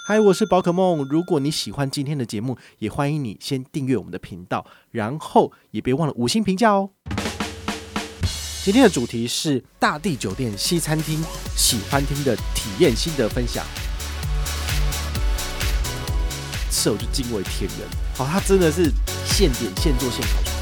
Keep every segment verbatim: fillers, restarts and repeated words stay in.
嗨，我是宝可梦。如果你喜欢今天的节目，也欢迎你先订阅我们的频道，然后也别忘了五星评价哦。今天的主题是大地酒店西餐厅喜欢厅的体验心得分享。吃我就惊为天人，好，它真的是现点现做现烤出来。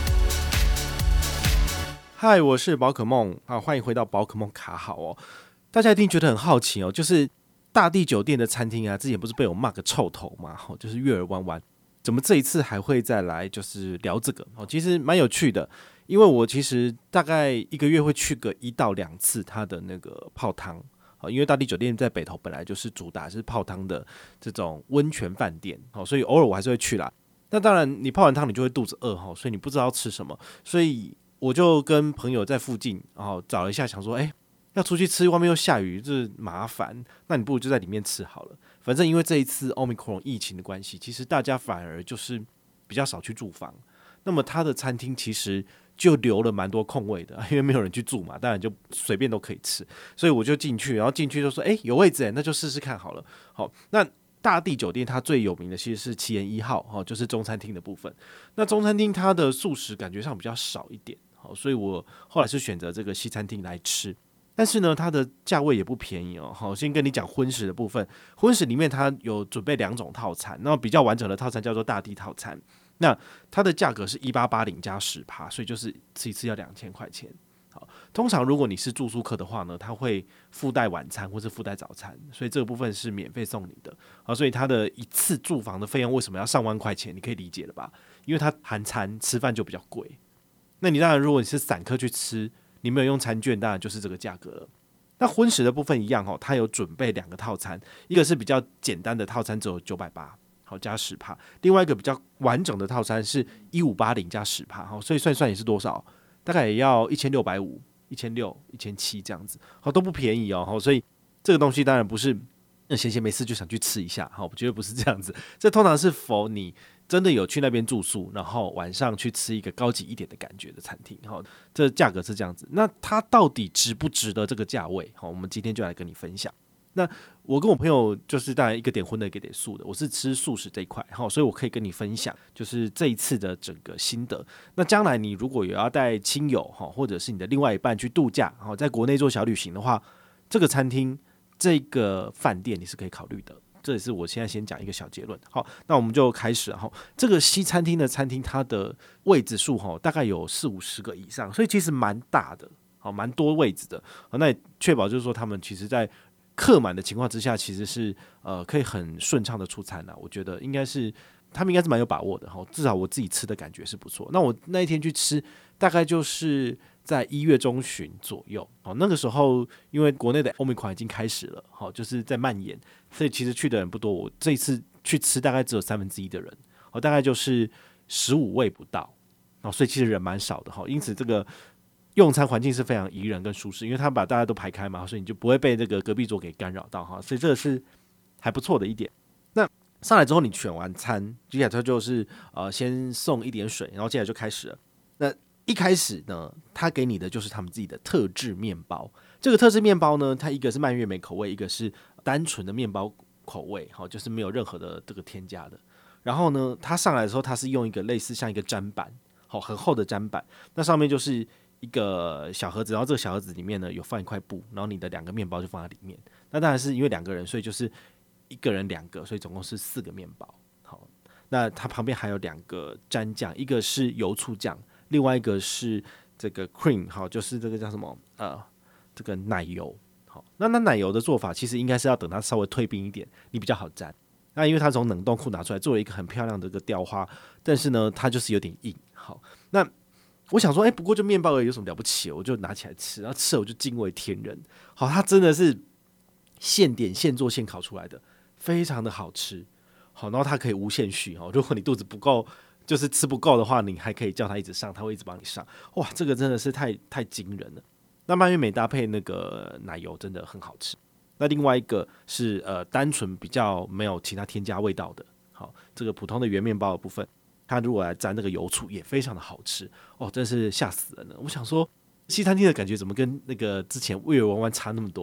嗨，我是宝可梦，好，欢迎回到宝可梦卡好哦。大家一定觉得很好奇哦，就是大地酒店的餐厅啊，之前不是被我骂个臭头嘛，就是月儿弯弯，怎么这一次还会再来就是聊这个？其实蛮有趣的，因为我其实大概一个月会去个一到两次它的那个泡汤，因为大地酒店在北投本来就是主打是泡汤的这种温泉饭店，所以偶尔我还是会去啦。那当然你泡完汤你就会肚子饿，所以你不知道吃什么，所以我就跟朋友在附近找了一下，想说，哎、欸。要出去吃，外面又下雨，这麻烦。那你不如就在里面吃好了。反正因为这一次 Omicron 疫情的关系，其实大家反而就是比较少去住房。那么他的餐厅其实就留了蛮多空位的，因为没有人去住嘛，当然就随便都可以吃。所以我就进去，然后进去就说：“哎、欸，有位置哎，那就试试看好了。”好，那大地酒店它最有名的其实是奇岩一号，就是中餐厅的部分。那中餐厅它的素食感觉上比较少一点，好，所以我后来是选择这个西餐厅来吃。但是呢，它的价位也不便宜哦。好，先跟你讲荤食的部分。荤食里面它有准备两种套餐，那比较完整的套餐叫做大地套餐。那它的价格是一八八零加十趴，所以就是吃一次要两千块钱。好，通常如果你是住宿客的话呢，它会附带晚餐或是附带早餐，所以这个部分是免费送你的。好，所以它的一次住房的费用为什么要上万块钱？你可以理解了吧？因为它含餐吃饭就比较贵。那你当然如果你是散客去吃，你没有用餐券，当然就是这个价格了。那荤食的部分一样哦，它有准备两个套餐，一个是比较简单的套餐，只有九百八，好加十趴；另外一个比较完整的套餐是一五八零加十趴，好，所以算算也是多少？大概也要一千六百五、一千六、一千七这样子，好都不便宜哦。所以这个东西当然不是闲闲没事就想去吃一下，好，我觉得不是这样子。这通常是否你真的有去那边住宿，然后晚上去吃一个高级一点的感觉的餐厅，这价格是这样子。那它到底值不值得这个价位？我们今天就来跟你分享。那我跟我朋友就是当然一个点荤的，一个点素的，我是吃素食这一块，所以我可以跟你分享就是这一次的整个心得。那将来你如果有要带亲友或者是你的另外一半去度假，在国内做小旅行的话，这个餐厅这个饭店你是可以考虑的。这也是我现在先讲一个小结论。好，那我们就开始。这个西餐厅的餐厅，它的位置数大概有四五十个以上，所以其实蛮大的，好，蛮多位置的。那也确保就是说，他们其实在客满的情况之下，其实是呃可以很顺畅的出餐啦。我觉得应该是他们应该是蛮有把握的，至少我自己吃的感觉是不错。那我那一天去吃，大概就是在一月中旬左右，那个时候因为国内的 Omicron 已经开始了，就是在蔓延，所以其实去的人不多。我这一次去吃大概只有三分之一的人，大概就是十五位不到，所以其实人蛮少的。因此这个用餐环境是非常宜人跟舒适，因为他把大家都排开嘛，所以你就不会被这个隔壁桌给干扰到，所以这个是还不错的一点。那上来之后你选完餐，接下来就是呃先送一点水，然后接下来就开始了。那一开始呢，他给你的就是他们自己的特制面包。这个特制面包呢，它一个是蔓越莓口味，一个是单纯的面包口味，就是没有任何的这个添加的。然后呢，它上来的时候，它是用一个类似像一个砧板，很厚的砧板，那上面就是一个小盒子，然后这个小盒子里面呢有放一块布，然后你的两个面包就放在里面。那当然是因为两个人，所以就是一个人两个，所以总共是四个面包。好，那它旁边还有两个蘸酱，一个是油醋酱。另外一个是这个 cream， 好，就是这个叫什么呃，这个奶油。好，那那奶油的做法其实应该是要等它稍微退冰一点，你比较好沾。那因为它从冷冻库拿出来，做了一个很漂亮的一个雕花，但是呢，它就是有点硬。好，那我想说，哎、欸，不过就面包而已，有什么了不起？我就拿起来吃，然后吃了我就惊为天人。好，它真的是现点现做现烤出来的，非常的好吃。好，然后它可以无限续。如果你肚子不够。就是吃不够的话，你还可以叫他一直上，他会一直帮你上。哇，这个真的是太太惊人了。那蔓越莓搭配那个奶油真的很好吃。那另外一个是呃单纯比较没有其他添加味道的，好，这个普通的圆面包的部分，它如果来沾那个油醋也非常的好吃哦，真是吓死人了。我想说，西餐厅的感觉怎么跟那个之前味儿弯弯差那么多？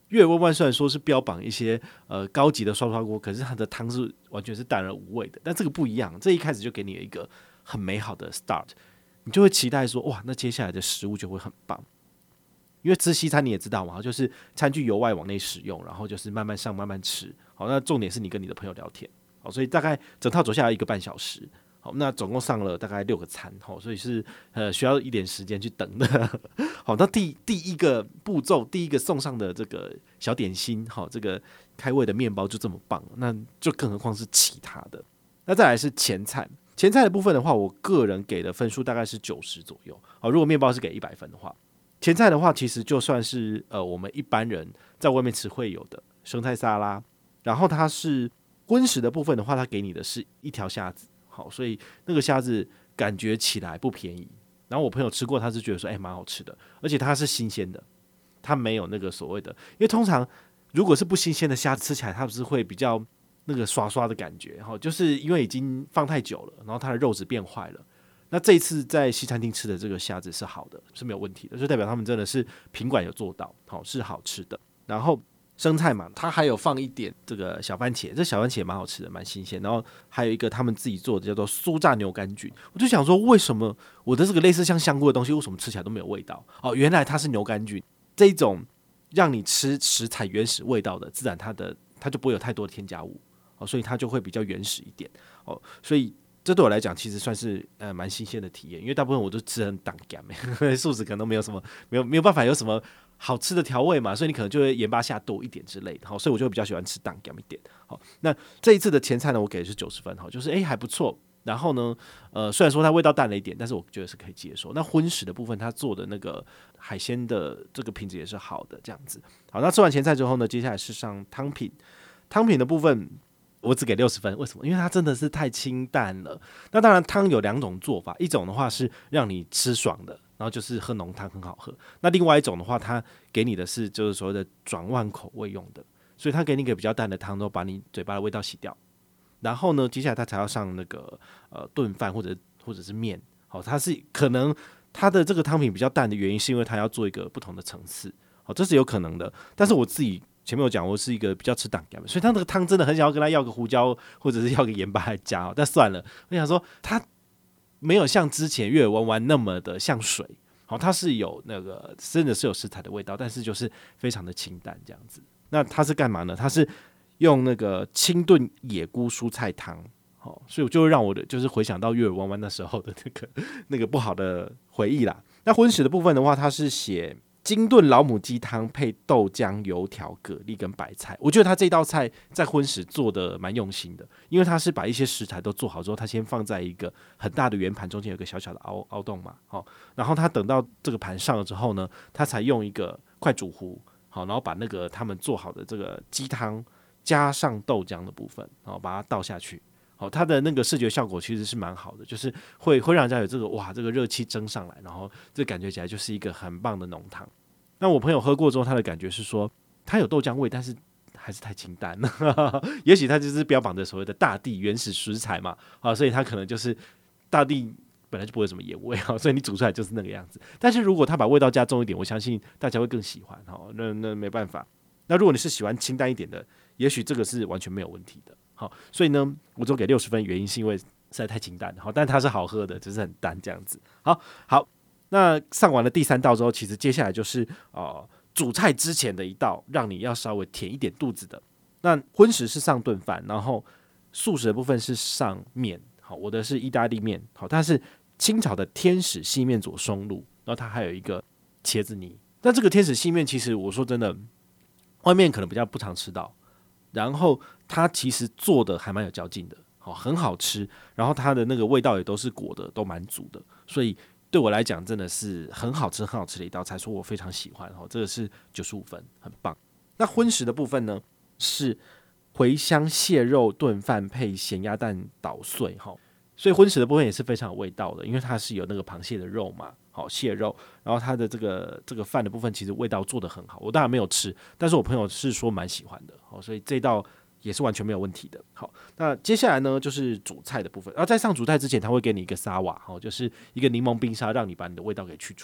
月儿湾湾虽然说是标榜一些呃高级的刷刷锅，可是它的汤是完全是淡而无味的。但这个不一样，这一开始就给你一个很美好的 start， 你就会期待说哇，那接下来的食物就会很棒。因为吃西餐你也知道嘛，就是餐具由外往内使用，然后就是慢慢上慢慢吃。好，那重点是你跟你的朋友聊天。好，所以大概整套走下来一个半小时。好，那总共上了大概六个餐。好，所以是呃需要一点时间去等的。好，那第第一个步骤，第一个送上的这个小点心，好，这个开胃的面包就这么棒，那就更何况是其他的。那再来是前菜，前菜的部分的话，我个人给的分数大概是九十左右。好，如果面包是给一百分的话。前菜的话，其实就算是呃我们一般人在外面吃会有的生菜沙拉，然后它是荤食的部分的话，它给你的是一条虾子，好，所以那个虾子感觉起来不便宜。然后我朋友吃过，他是觉得说，哎、欸，蛮好吃的，而且它是新鲜的，它没有那个所谓的，因为通常如果是不新鲜的虾子，吃起来它不是会比较那个刷刷的感觉，哈，就是因为已经放太久了，然后它的肉质变坏了。那这一次在西餐厅吃的这个虾子是好的，是没有问题的，就代表他们真的是品管有做到，好，是好吃的。然后生菜嘛，它还有放一点这个小番茄，这小番茄蛮好吃的，蛮新鲜。然后还有一个他们自己做的叫做酥炸牛肝菌，我就想说，为什么我的这个类似像香菇的东西，为什么吃起来都没有味道？哦，原来它是牛肝菌，这一种让你吃食材原始味道的，自然它的它就不会有太多的添加物，哦，所以它就会比较原始一点，哦，所以。这对我来讲其实算是呃蛮新鲜的体验，因为大部分我都吃很挡干，素食可能都没有什么没有没有办法有什么好吃的调味嘛，所以你可能就会盐巴下多一点之类的，好，所以我就比较喜欢吃挡干一点。好，那这一次的前菜呢，我给的是九十分，好，就是哎、欸、还不错。然后呢，呃，虽然说它味道淡了一点，但是我觉得是可以接受。那荤食的部分，它做的那个海鲜的这个品质也是好的，这样子。好，那吃完前菜之后呢，接下来是上汤品，汤品的部分。我只给六十分，为什么？因为它真的是太清淡了。那当然，汤有两种做法，一种的话是让你吃爽的，然后就是喝浓汤很好喝。那另外一种的话，它给你的是就是所谓的转换口味用的，所以它给你一个比较淡的汤，都把你嘴巴的味道洗掉。然后呢，接下来它才要上那个呃炖饭或者或者是面。好，它是可能它的这个汤品比较淡的原因，是因为它要做一个不同的层次。好，这是有可能的。但是我自己。前面有讲，我是一个比较吃党感的，所以他那个汤真的很想要跟他要个胡椒，或者是要个盐巴来加，但算了，我想说它没有像之前月儿湾湾那么的像水，好，它是有那个真的是有食材的味道，但是就是非常的清淡这样子。那它是干嘛呢？它是用那个清炖野菇蔬菜汤，好，所以我就会让我的就是回想到月儿湾湾那时候的那个那个不好的回忆啦。那荤食的部分的话，它是写。金炖老母鸡汤配豆浆、油条、蛤蜊跟白菜，我觉得他这道菜在荤食做的蛮用心的，因为他是把一些食材都做好之后，他先放在一个很大的圆盘，中间有一个小小的凹凹洞嘛，好，然后他等到这个盘上了之后呢，他才用一个快煮壶，好，然后把那个他们做好的这个鸡汤加上豆浆的部分，然后把它倒下去。好，它的那个视觉效果其实是蛮好的，就是会会让人家有这个哇，这个热气蒸上来，然后这感觉起来就是一个很棒的浓汤。那我朋友喝过之后，他的感觉是说，它有豆浆味，但是还是太清淡了。也许它就是标榜着所谓的大地原始食材嘛，啊，所以它可能就是大地本来就不会有什么盐味啊，所以你煮出来就是那个样子。但是如果他把味道加重一点，我相信大家会更喜欢哈。那那没办法。那如果你是喜欢清淡一点的，也许这个是完全没有问题的。好，所以呢，我只给六十分，原因是因为实在太清淡了。好，但它是好喝的，只是很淡这样子。好，好，那上完了第三道之后，其实接下来就是呃主菜之前的一道，让你要稍微填一点肚子的。那荤食是上顿饭，然后素食的部分是上面。好，我的是意大利面，好，它是清炒的天使细面佐松露，然后它还有一个茄子泥。那这个天使细面，其实我说真的，外面可能比较不常吃到。然后它其实做的还蛮有嚼劲的，好，很好吃。然后它的那个味道也都是裹的，都蛮足的，所以对我来讲真的是很好吃、很好吃的一道菜，说我非常喜欢。好，这个是九十五分，很棒。那荤食的部分呢，是茴香蟹肉炖饭配咸鸭蛋捣碎，哈，所以荤食的部分也是非常有味道的，因为它是有那个螃蟹的肉嘛。好，蟹肉，然后它的这个这个饭的部分其实味道做得很好，我当然没有吃，但是我朋友是说蛮喜欢的，好，所以这道也是完全没有问题的。好，那接下来呢就是主菜的部分，然后在上主菜之前，他会给你一个沙瓦，好，就是一个柠檬冰沙，让你把你的味道给去除。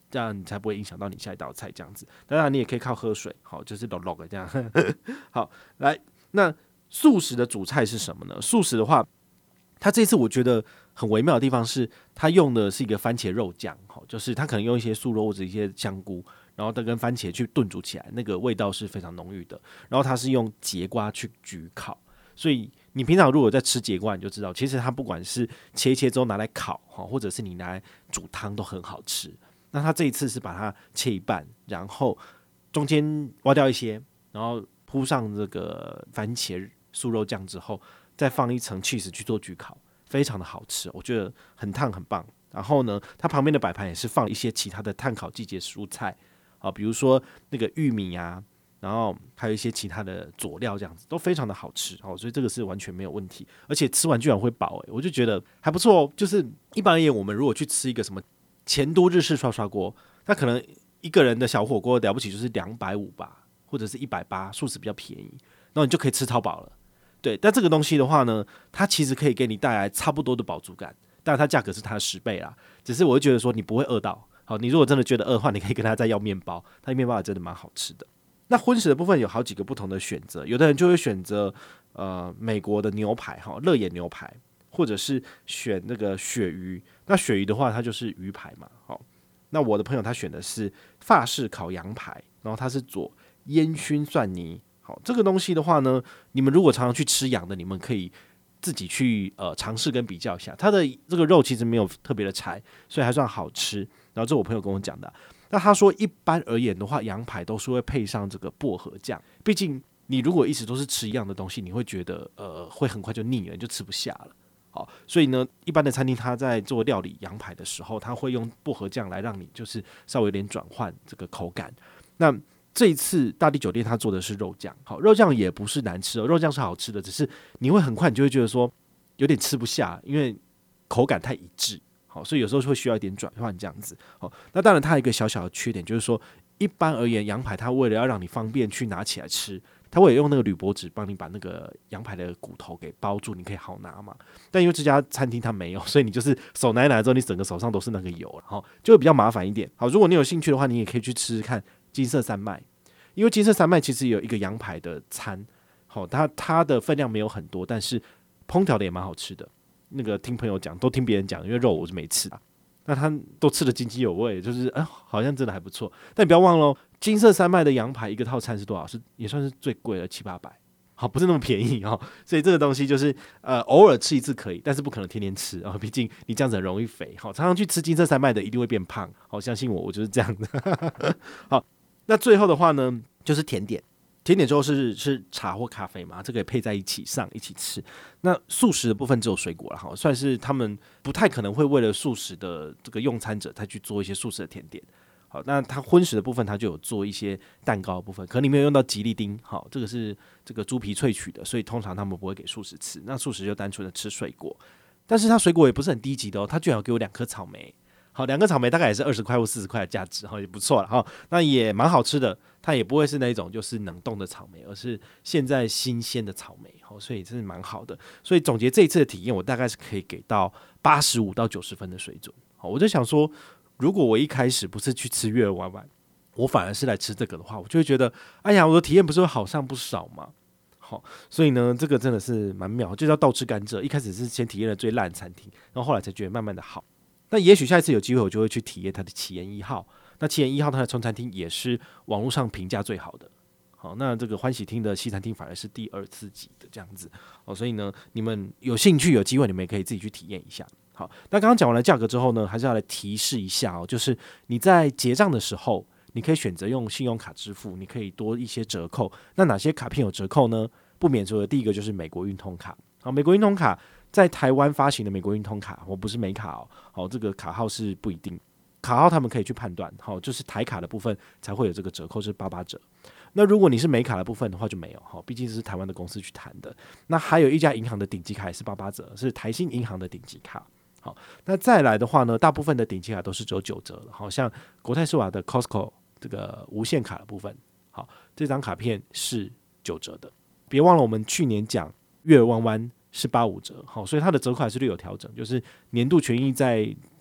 这样你才不会影响到你下一道菜这样子。当然你也可以靠喝水，好，就是落落的这样。好，来，那素食的主菜是什么呢？素食的话，它这次我觉得很微妙的地方是，它用的是一个番茄肉酱，好，就是它可能用一些素肉或者一些香菇，然后它跟番茄去炖煮起来，那个味道是非常浓郁的。然后它是用节瓜去焗烤，所以你平常如果在吃节瓜，你就知道，其实它不管是切一切之后拿来烤，或者是你拿来煮汤都很好吃。那它这一次是把它切一半，然后中间挖掉一些，然后铺上这个番茄素肉酱之后，再放一层 cheese 去做焗烤，非常的好吃，我觉得很烫很棒。然后呢，它旁边的摆盘也是放一些其他的碳烤季节蔬菜，啊，比如说那个玉米啊，然后还有一些其他的佐料，这样子都非常的好吃，哦，所以这个是完全没有问题，而且吃完居然会饱，欸，我就觉得还不错哦。就是一般而言，我们如果去吃一个什么前都日式刷刷锅，它可能一个人的小火锅了不起就是两百五吧，或者是一百八，素食比较便宜，然后你就可以吃超饱了。对，但这个东西的话呢，它其实可以给你带来差不多的饱足感，当然它价格是它的十倍啦。只是我会觉得说你不会饿到，好，你如果真的觉得饿的话，你可以跟他再要面包，它的面包也真的蛮好吃的。那荤食的部分有好几个不同的选择，有的人就会选择呃美国的牛排哈，乐眼牛排，或者是选那个鳕鱼。那鳕鱼的话，它就是鱼排嘛，好。那我的朋友他选的是法式烤羊排，然后它是做烟熏蒜泥。好，这个东西的话呢，你们如果常常去吃羊的，你们可以自己去呃尝试跟比较一下，它的这个肉其实没有特别的柴，所以还算好吃。然后这我朋友跟我讲的，那他说一般而言的话，羊排都是会配上这个薄荷酱，毕竟你如果一直都是吃一样的东西，你会觉得呃会很快就腻了，你就吃不下了。好，所以呢，一般的餐厅他在做料理羊排的时候，他会用薄荷酱来让你就是稍微有点转换这个口感。那这一次大地酒店他做的是肉酱，好，肉酱也不是难吃哦，肉酱是好吃的，只是你会很快你就会觉得说有点吃不下，因为口感太一致，好，所以有时候会需要一点转换这样子。好，那当然它有一个小小的缺点，就是说一般而言，羊排它为了要让你方便去拿起来吃，它会用那个铝箔纸帮你把那个羊排的骨头给包住，你可以好拿嘛。但因为这家餐厅它没有，所以你就是手拿一拿之后，你整个手上都是那个油，然后就会比较麻烦一点。好，如果你有兴趣的话，你也可以去吃吃看金色山脉，因为金色山脉其实有一个羊排的餐，好，它它的分量没有很多，但是烹调的也蛮好吃的。那个听朋友讲，都听别人讲，因为肉我是没吃的，那他都吃得津津有味，就是哎、呃，好像真的还不错。但你不要忘了，金色山脉的羊排一个套餐是多少？是也算是最贵的，七八百。好，不是那么便宜哦。所以这个东西就是呃，偶尔吃一次可以，但是不可能天天吃啊，毕竟你这样子很容易肥。好，常常去吃金色山脉的一定会变胖。好，相信我，我就是这样的。好，那最后的话呢，就是甜点。甜点之后是是茶或咖啡嘛，这个也配在一起上一起吃。那素食的部分只有水果了哈，算是他们不太可能会为了素食的这个用餐者再去做一些素食的甜点。好，那它荤食的部分，它就有做一些蛋糕的部分，可能里面有用到吉利丁，好，这个是这个猪皮萃取的，所以通常他们不会给素食吃。那素食就单纯的吃水果，但是它水果也不是很低级的哦，它居然有给我两颗草莓。好，两个草莓大概也是二十块或四十块的价值，哈，也不错了哈。那也蛮好吃的，它也不会是那种就是冷冻的草莓，而是现在新鲜的草莓，好，所以真是蛮好的。所以总结这一次的体验，我大概是可以给到八十五到九十分的水准。好，我就想说，如果我一开始不是去吃月儿弯弯，我反而是来吃这个的话，我就会觉得，哎呀，我的体验不是会好上不少吗？好，所以呢，这个真的是蛮妙，就叫倒吃甘蔗。一开始是先体验了最烂的餐厅，然后后来才觉得慢慢的好。那也许下一次有机会，我就会去体验它的奇岩一号。那奇岩一号它的中餐厅也是网络上评价最好的。好，那这个欢喜厅的西餐厅反而是第二次级的这样子。哦，所以呢，你们有兴趣有机会，你们也可以自己去体验一下。好，那刚刚讲完了价格之后呢，还是要来提示一下哦，就是你在结账的时候，你可以选择用信用卡支付，你可以多一些折扣。那哪些卡片有折扣呢？不免除的第一个就是美国运通卡。好，美国运通卡在台湾发行的美国运通卡，我不是美卡哦，好，这个卡号是不一定，卡号他们可以去判断，好，就是台卡的部分才会有这个折扣，是八八折。那如果你是美卡的部分的话就没有，好，毕竟是台湾的公司去谈的。那还有一家银行的顶级卡也是八八折，是台新银行的顶级卡。好，那再来的话呢，大部分的顶级卡都是只有九折了，好像国泰世华的 Costco 这个无限卡的部分，好，这张卡片是九折的。别忘了我们去年讲月儿弯弯是八五折，好，所以它的折扣还是略有调整，就是年度权益在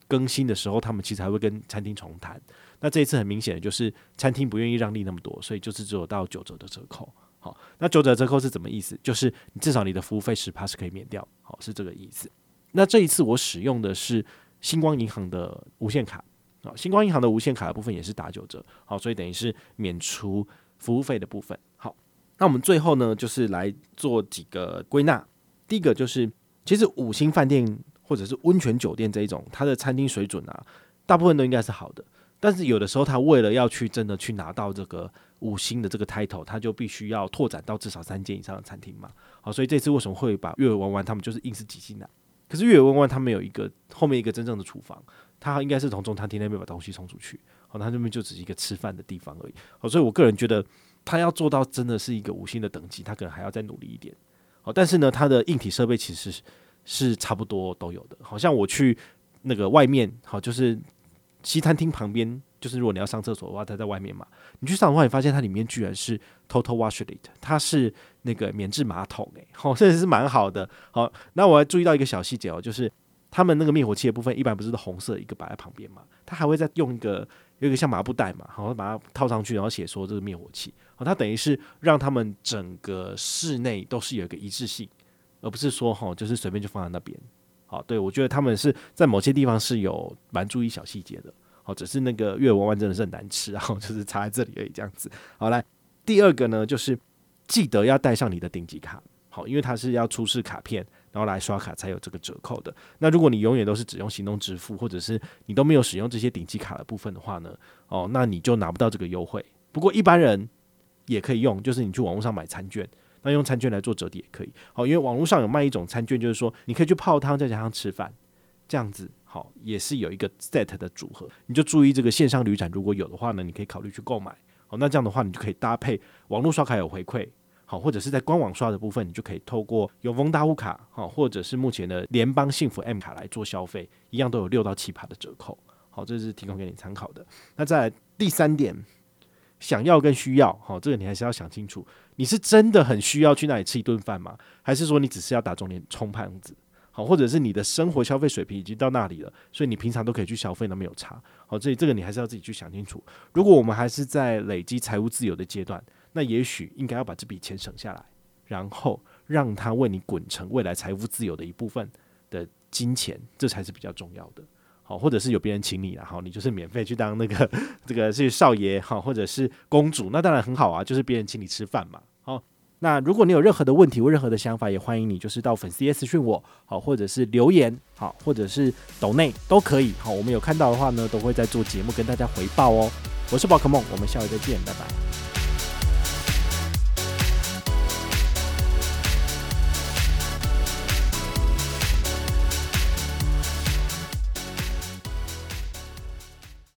更新的时候，他们其实还会跟餐厅重谈。那这一次很明显的就是餐厅不愿意让利那么多，所以就是只有到九折的折扣。好，那九折折扣是怎么意思？就是你至少你的服务费 百分之十 是可以免掉，好，是这个意思。那这一次我使用的是星光银行的无限卡，好，星光银行的无限卡的部分也是打九折，好，所以等于是免除服务费的部分。好，那我们最后呢，就是来做几个归纳。第一个就是，其实五星饭店或者是温泉酒店这一种，它的餐厅水准啊，大部分都应该是好的。但是有的时候，他为了要去真的去拿到这个五星的这个 title， 他就必须要拓展到至少三间以上的餐厅嘛。好，所以这次为什么会把悦尔湾湾他们就是硬是挤进来？可是悦尔湾湾他们有一个后面一个真正的厨房，他应该是从中餐厅那边把东西送出去，好，他那边就只是一个吃饭的地方而已。好，所以我个人觉得他要做到真的是一个五星的等级，他可能还要再努力一点。好，但是呢，它的硬体设备其实是是差不多都有的。好像我去那个外面，好，就是西餐厅旁边，就是如果你要上厕所的话，它在外面嘛。你去上的话，你发现它里面居然是 Total Washlet， 它是那个免治马桶、欸，哎，好，真的是蛮好的。好，那我还注意到一个小细节哦，就是他们那个灭火器的部分，一般不是红色一个摆在旁边嘛，它还会再用一个有一个像麻布袋嘛，然后把它套上去，然后写说这是灭火器。好，它等于是让他们整个室内都是有一个一致性，而不是说哈，就是随便就放在那边。好，对，我觉得他们是在某些地方是有蛮注意小细节的。好，只是那个悦尔湾湾真的是很难吃，然后就是插在这里而已，这样子。好，来第二个呢，就是记得要带上你的顶级卡，好，因为它是要出示卡片，然后来刷卡才有这个折扣的。那如果你永远都是只用行动支付，或者是你都没有使用这些顶级卡的部分的话呢，哦，那你就拿不到这个优惠。不过一般人也可以用，就是你去网络上买餐券，那用餐券来做折抵也可以。好，因为网络上有卖一种餐券，就是说你可以去泡汤再加上吃饭，这样子。好，也是有一个 set 的组合，你就注意这个线上旅展，如果有的话呢，你可以考虑去购买。好，那这样的话，你就可以搭配网络刷卡有回馈，好，或者是在官网刷的部分，你就可以透过永丰大户卡，好，或者是目前的联邦幸福 M 卡来做消费，一样都有六到七趴的折扣。好，这是提供给你参考的。那再来第三点，想要跟需要，好，这个你还是要想清楚，你是真的很需要去那里吃一顿饭吗？还是说你只是要打肿脸充胖子？好，或者是你的生活消费水平已经到那里了，所以你平常都可以去消费，那没有差。好，所以这个你还是要自己去想清楚。如果我们还是在累积财务自由的阶段，那也许应该要把这笔钱省下来，然后让它为你滚成未来财务自由的一部分的金钱，这才是比较重要的。好，或者是有别人请你啦，好，你就是免费去当那个这个是少爷，好，或者是公主，那当然很好啊，就是别人请你吃饭嘛。好。那如果你有任何的问题或任何的想法，也欢迎你就是到粉丝页私讯我，好，或者是留言，好，或者是抖内都可以，好，我们有看到的话呢，都会在做节目跟大家回报哦。我是宝可梦，我们下回再见，拜拜。